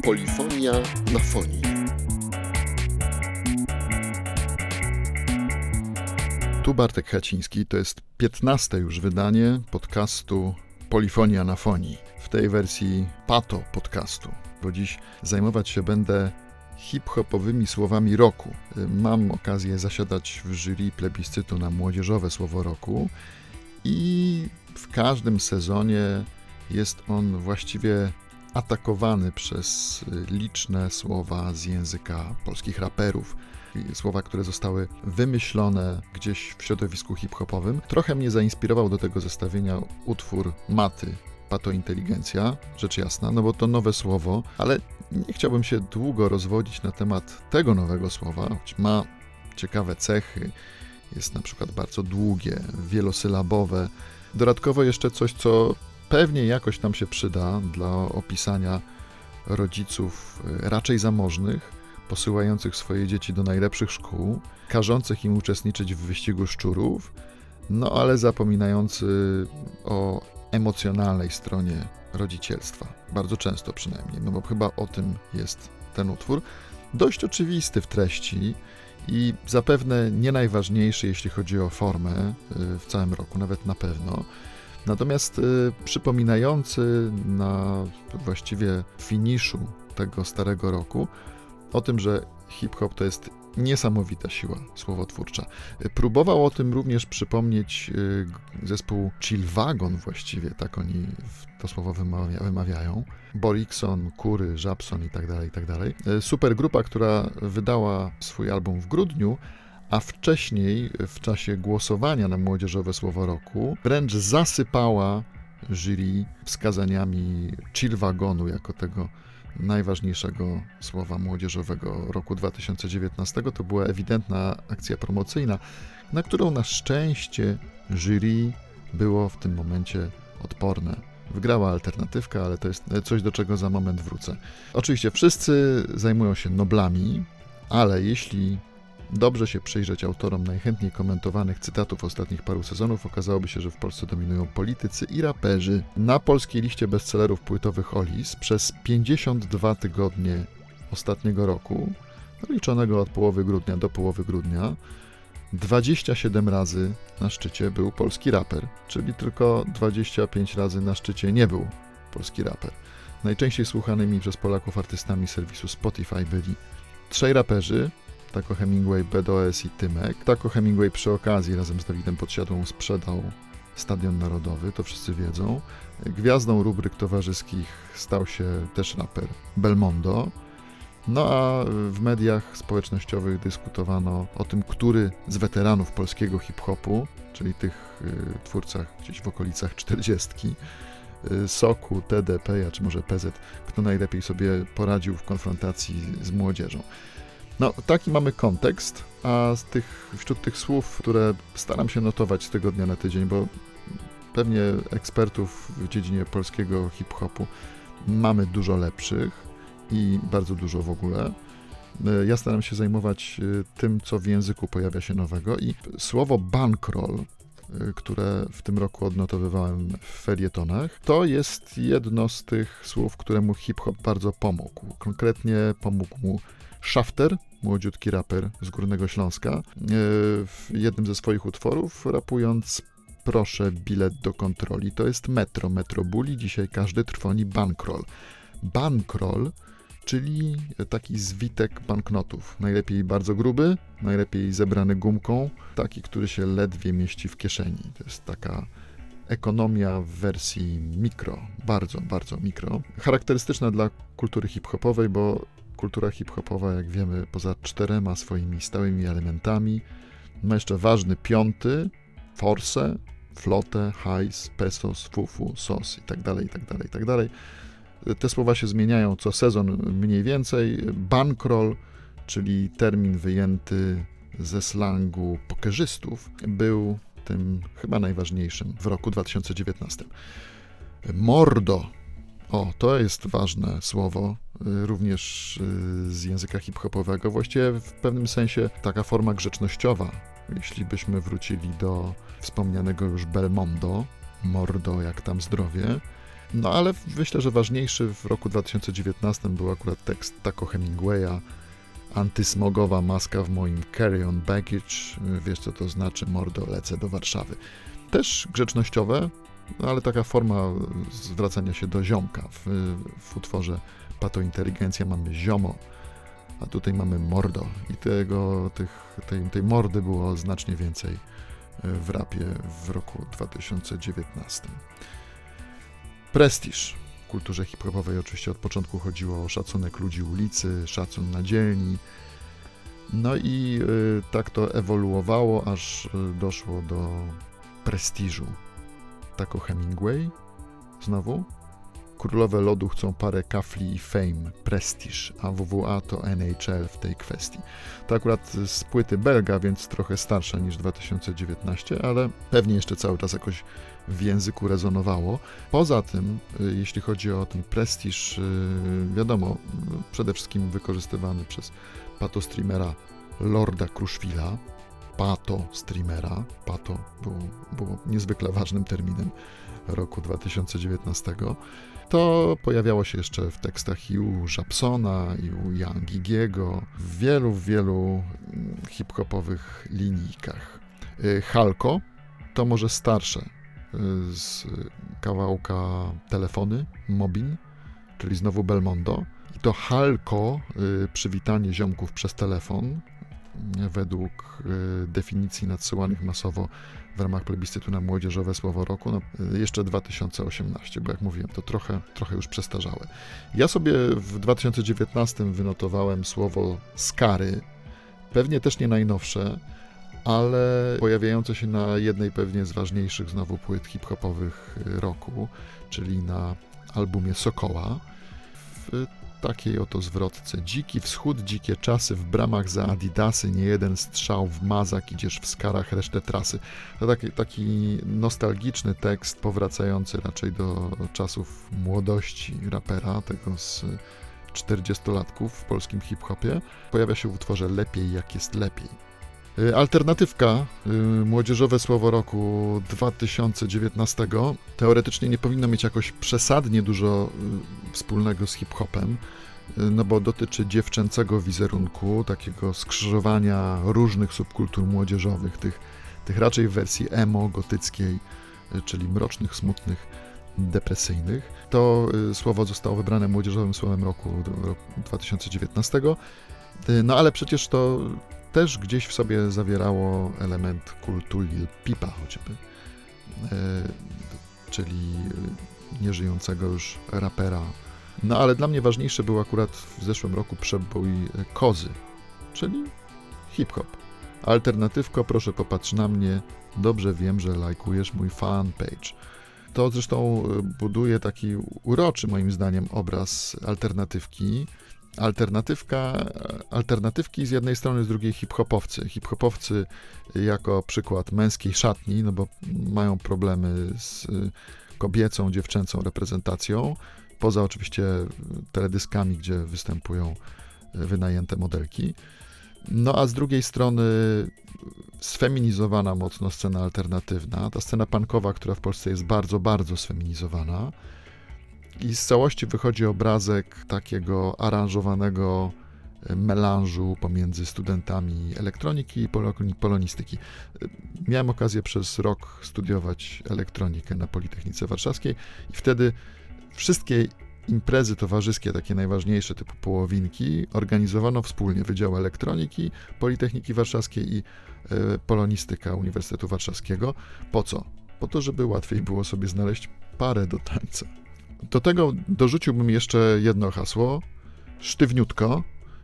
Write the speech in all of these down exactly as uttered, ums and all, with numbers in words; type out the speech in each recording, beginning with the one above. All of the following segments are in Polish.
Polifonia na fonii. Tu Bartek Haciński, to jest piętnaste już wydanie podcastu Polifonia na fonii. W tej wersji pato podcastu, bo dziś zajmować się będę hip-hopowymi słowami roku. Mam okazję zasiadać w jury plebiscytu na młodzieżowe słowo roku i w każdym sezonie jest on właściwie atakowany przez liczne słowa z języka polskich raperów. Słowa, które zostały wymyślone gdzieś w środowisku hip-hopowym. Trochę mnie zainspirował do tego zestawienia utwór Maty, Patointeligencja, rzecz jasna, no bo to nowe słowo, ale nie chciałbym się długo rozwodzić na temat tego nowego słowa, choć ma ciekawe cechy, jest na przykład bardzo długie, wielosylabowe. Dodatkowo jeszcze coś, co pewnie jakoś nam się przyda dla opisania rodziców raczej zamożnych, posyłających swoje dzieci do najlepszych szkół, każących im uczestniczyć w wyścigu szczurów, no ale zapominający o emocjonalnej stronie rodzicielstwa. Bardzo często przynajmniej, no bo chyba o tym jest ten utwór. Dość oczywisty w treści i zapewne nie najważniejszy, jeśli chodzi o formę w całym roku, nawet na pewno. Natomiast y, przypominający na właściwie finiszu tego starego roku o tym, że hip-hop to jest niesamowita siła słowotwórcza. Próbował o tym również przypomnieć y, zespół Chillwagon właściwie, tak oni to słowo wymawia, wymawiają. Borikson, Kury, Żabson i tak dalej, i tak dalej. Super grupa, która wydała swój album w grudniu, a wcześniej w czasie głosowania na młodzieżowe słowo roku wręcz zasypała jury wskazaniami Chillwagonu jako tego najważniejszego słowa młodzieżowego roku dwa tysiące dziewiętnastego. To była ewidentna akcja promocyjna, na którą na szczęście jury było w tym momencie odporne. Wygrała alternatywka, ale to jest coś, do czego za moment wrócę. Oczywiście wszyscy zajmują się noblami, ale jeśli dobrze się przyjrzeć autorom najchętniej komentowanych cytatów ostatnich paru sezonów, okazałoby się, że w Polsce dominują politycy i raperzy. Na polskiej liście bestsellerów płytowych Olis przez pięćdziesiąt dwa tygodnie ostatniego roku, liczonego od połowy grudnia do połowy grudnia, dwadzieścia siedem razy na szczycie był polski raper, czyli tylko dwadzieścia pięć razy na szczycie nie był polski raper. Najczęściej słuchanymi przez Polaków artystami serwisu Spotify byli trzej raperzy, Taco Hemingway, B D O S i Tymek. Taco Hemingway przy okazji razem z Dawidem Podsiadłą sprzedał Stadion Narodowy, to wszyscy wiedzą. Gwiazdą rubryk towarzyskich stał się też raper Belmondo. No a w mediach społecznościowych dyskutowano o tym, który z weteranów polskiego hip-hopu, czyli tych y, twórcach gdzieś w okolicach czterdziestki, y, Soku, T D P, czy może P Z, kto najlepiej sobie poradził w konfrontacji z młodzieżą. No, taki mamy kontekst, a z tych, wśród tych słów, które staram się notować z tygodnia na tydzień, bo pewnie ekspertów w dziedzinie polskiego hip-hopu mamy dużo lepszych i bardzo dużo w ogóle. Ja staram się zajmować tym, co w języku pojawia się nowego i słowo bankroll, które w tym roku odnotowywałem w felietonach, to jest jedno z tych słów, któremu hip-hop bardzo pomógł. Konkretnie pomógł mu Szafter, młodziutki raper z Górnego Śląska, w jednym ze swoich utworów rapując: proszę bilet do kontroli, to jest metro, metro buli, dzisiaj każdy trwoni bankroll. Bankroll, czyli taki zwitek banknotów, najlepiej bardzo gruby, najlepiej zebrany gumką, taki, który się ledwie mieści w kieszeni. To jest taka ekonomia w wersji mikro, bardzo, bardzo mikro. Charakterystyczna dla kultury hip-hopowej, bo kultura hip-hopowa, jak wiemy, poza czterema swoimi stałymi elementami, ma jeszcze ważny piąty, forsę, flotę, hajs, pesos, fufu, sos i tak dalej, i tak dalej, i tak dalej. Te słowa się zmieniają co sezon mniej więcej. Bankroll, czyli termin wyjęty ze slangu pokerzystów, był tym chyba najważniejszym w roku dwa tysiące dziewiętnastym. Mordo. O, to jest ważne słowo, również z języka hip-hopowego, właściwie w pewnym sensie taka forma grzecznościowa, jeśli byśmy wrócili do wspomnianego już Belmondo, mordo, jak tam zdrowie. No ale myślę, że ważniejszy w roku dwa tysiące dziewiętnastym był akurat tekst Taco Hemingwaya, Antysmogowa maska w moim carry-on baggage. Wiesz, co to znaczy, mordo, lecę do Warszawy. Też grzecznościowe, no ale taka forma zwracania się do ziomka. W, w utworze Patointeligencja mamy ziomo, a tutaj mamy mordo. I tego, tych, tej, tej mordy było znacznie więcej w rapie w roku dwa tysiące dziewiętnastym. Prestiż. W kulturze hip-hopowej oczywiście od początku chodziło o szacunek ludzi ulicy, szacun na dzielni. No i y, tak to ewoluowało, aż y, doszło do prestiżu. Taco Hemingway, znowu. Królowe lodu chcą parę kafli i fame, prestiż, a W W A to N H L w tej kwestii. To akurat z płyty belga, więc trochę starsza niż dwa tysiące dziewiętnaście, ale pewnie jeszcze cały czas jakoś w języku rezonowało. Poza tym, jeśli chodzi o ten prestiż, wiadomo, przede wszystkim wykorzystywany przez patostreamera Lorda Kruszwila, pato streamera, pato było, było niezwykle ważnym terminem roku dwa tysiące dziewiętnastego, to pojawiało się jeszcze w tekstach i u Japsona, i u Young Gigiego, w wielu, w wielu hip-hopowych linijkach. Halko to może starsze, z kawałka Telefony, Mobin, czyli znowu Belmondo. I to Halko, przywitanie ziomków przez telefon, według definicji nadsyłanych masowo w ramach plebiscytu na młodzieżowe słowo roku, no, jeszcze dwa tysiące osiemnasty, bo jak mówiłem, to trochę, trochę już przestarzałe. Ja sobie w dwa tysiące dziewiętnastym wynotowałem słowo skary, pewnie też nie najnowsze, ale pojawiające się na jednej pewnie z ważniejszych znowu płyt hip-hopowych roku, czyli na albumie Sokoła, w takiej oto zwrotce. Dziki wschód, dzikie czasy, w bramach za adidasy, nie jeden strzał w mazak, idziesz w skarach resztę trasy. To taki, taki nostalgiczny tekst, powracający raczej do czasów młodości rapera, tego z czterdziestolatków w polskim hip-hopie. Pojawia się w utworze Lepiej jak jest lepiej. Alternatywka, młodzieżowe słowo roku dwa tysiące dziewiętnastego, teoretycznie nie powinno mieć jakoś przesadnie dużo wspólnego z hip-hopem, no bo dotyczy dziewczęcego wizerunku, takiego skrzyżowania różnych subkultur młodzieżowych, tych, tych raczej w wersji emo, gotyckiej, czyli mrocznych, smutnych, depresyjnych. To słowo zostało wybrane młodzieżowym słowem roku, roku dwa tysiące dziewiętnastego, no ale przecież to też gdzieś w sobie zawierało element kultu Lil Peepa choćby, e, czyli nieżyjącego już rapera. No ale dla mnie ważniejszy był akurat w zeszłym roku przebój Kozy, czyli hip-hop. Alternatywko, proszę popatrz na mnie, dobrze wiem, że lajkujesz mój fanpage. To zresztą buduje taki uroczy moim zdaniem obraz alternatywki. Alternatywka, alternatywki z jednej strony, z drugiej hip-hopowcy. Hip-hopowcy jako przykład męskiej szatni, no bo mają problemy z kobiecą, dziewczęcą reprezentacją, poza oczywiście teledyskami, gdzie występują wynajęte modelki. No a z drugiej strony sfeminizowana mocno scena alternatywna, ta scena punkowa, która w Polsce jest bardzo, bardzo sfeminizowana. I z całości wychodzi obrazek takiego aranżowanego melanżu pomiędzy studentami elektroniki i polonistyki. Miałem okazję przez rok studiować elektronikę na Politechnice Warszawskiej i wtedy wszystkie imprezy towarzyskie, takie najważniejsze, typu połowinki, organizowano wspólnie. Wydział Elektroniki Politechniki Warszawskiej i polonistyka Uniwersytetu Warszawskiego. Po co? Po to, żeby łatwiej było sobie znaleźć parę do tańca. Do tego dorzuciłbym jeszcze jedno hasło, sztywniutko,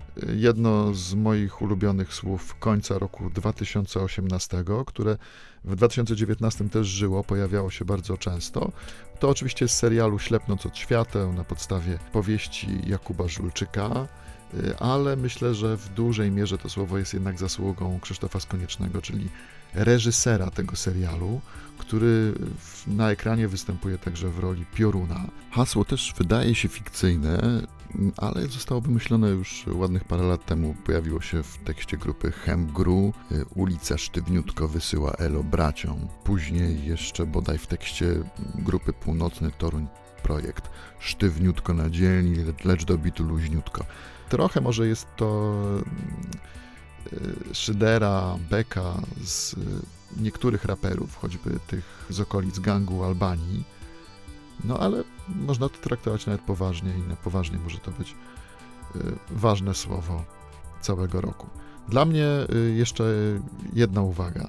jedno z moich ulubionych słów końca roku dwa tysiące osiemnastego, które w dwa tysiące dziewiętnastym też żyło, pojawiało się bardzo często. To oczywiście z serialu Ślepnąc od świateł na podstawie powieści Jakuba Żulczyka, ale myślę, że w dużej mierze to słowo jest jednak zasługą Krzysztofa Skoniecznego, czyli reżysera tego serialu, który na ekranie występuje także w roli Pioruna. Hasło też wydaje się fikcyjne, ale zostało wymyślone już ładnych parę lat temu. Pojawiło się w tekście grupy Hemgru, ulica sztywniutko wysyła elo braciom. Później jeszcze bodaj w tekście grupy Północny Toruń projekt sztywniutko na dzielni, lecz do bitu luźniutko. Trochę może jest to szydera, beka z niektórych raperów, choćby tych z okolic gangu Albanii, no ale można to traktować nawet poważnie i na poważnie może to być ważne słowo całego roku. Dla mnie jeszcze jedna uwaga.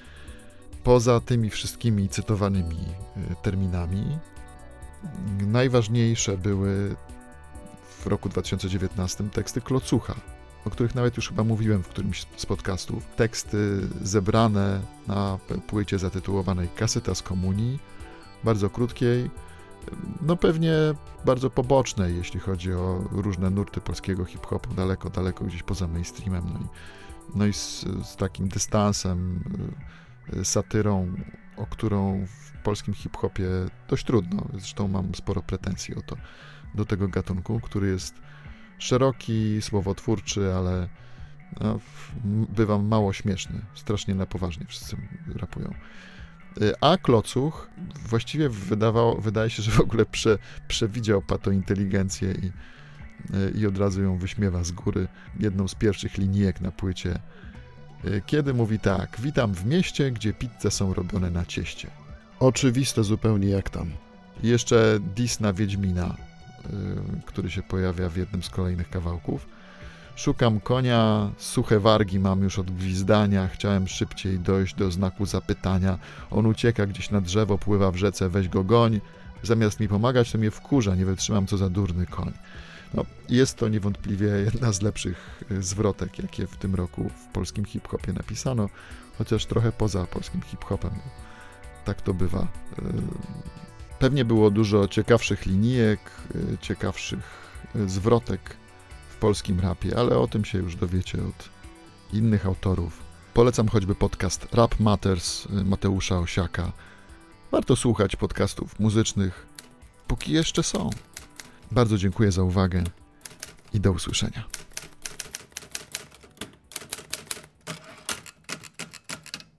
Poza tymi wszystkimi cytowanymi terminami, najważniejsze były w roku dwa tysiące dziewiętnastym teksty Klocucha, o których nawet już chyba mówiłem w którymś z podcastów. Teksty zebrane na płycie zatytułowanej Kaseta z komunii, bardzo krótkiej, no pewnie bardzo pobocznej, jeśli chodzi o różne nurty polskiego hip-hopu, daleko, daleko gdzieś poza mainstreamem, no i, no i z, z takim dystansem, satyrą, o którą w polskim hip-hopie dość trudno. Zresztą mam sporo pretensji o to, do tego gatunku, który jest szeroki, słowotwórczy, ale no, bywa mało śmieszny. Strasznie na poważnie wszyscy rapują. A Klocuch właściwie wydawało, wydaje się, że w ogóle prze, przewidział patointeligencję i, i od razu ją wyśmiewa z góry. Jedną z pierwszych linijek na płycie, kiedy mówi tak: witam w mieście, gdzie pizze są robione na cieście. Oczywiste zupełnie jak tam. I jeszcze diss na Wiedźmina, yy, który się pojawia w jednym z kolejnych kawałków. Szukam konia, suche wargi mam już od gwizdania, chciałem szybciej dojść do znaku zapytania. On ucieka gdzieś na drzewo, pływa w rzece, weź go goń. Zamiast mi pomagać, to mnie wkurza, nie wytrzymam, co za durny koń. No, jest to niewątpliwie jedna z lepszych zwrotek, jakie w tym roku w polskim hip-hopie napisano, chociaż trochę poza polskim hip-hopem. Tak to bywa. Pewnie było dużo ciekawszych linijek, ciekawszych zwrotek w polskim rapie, ale o tym się już dowiecie od innych autorów. Polecam choćby podcast Rap Matters Mateusza Osiaka. Warto słuchać podcastów muzycznych, póki jeszcze są. Bardzo dziękuję za uwagę i do usłyszenia.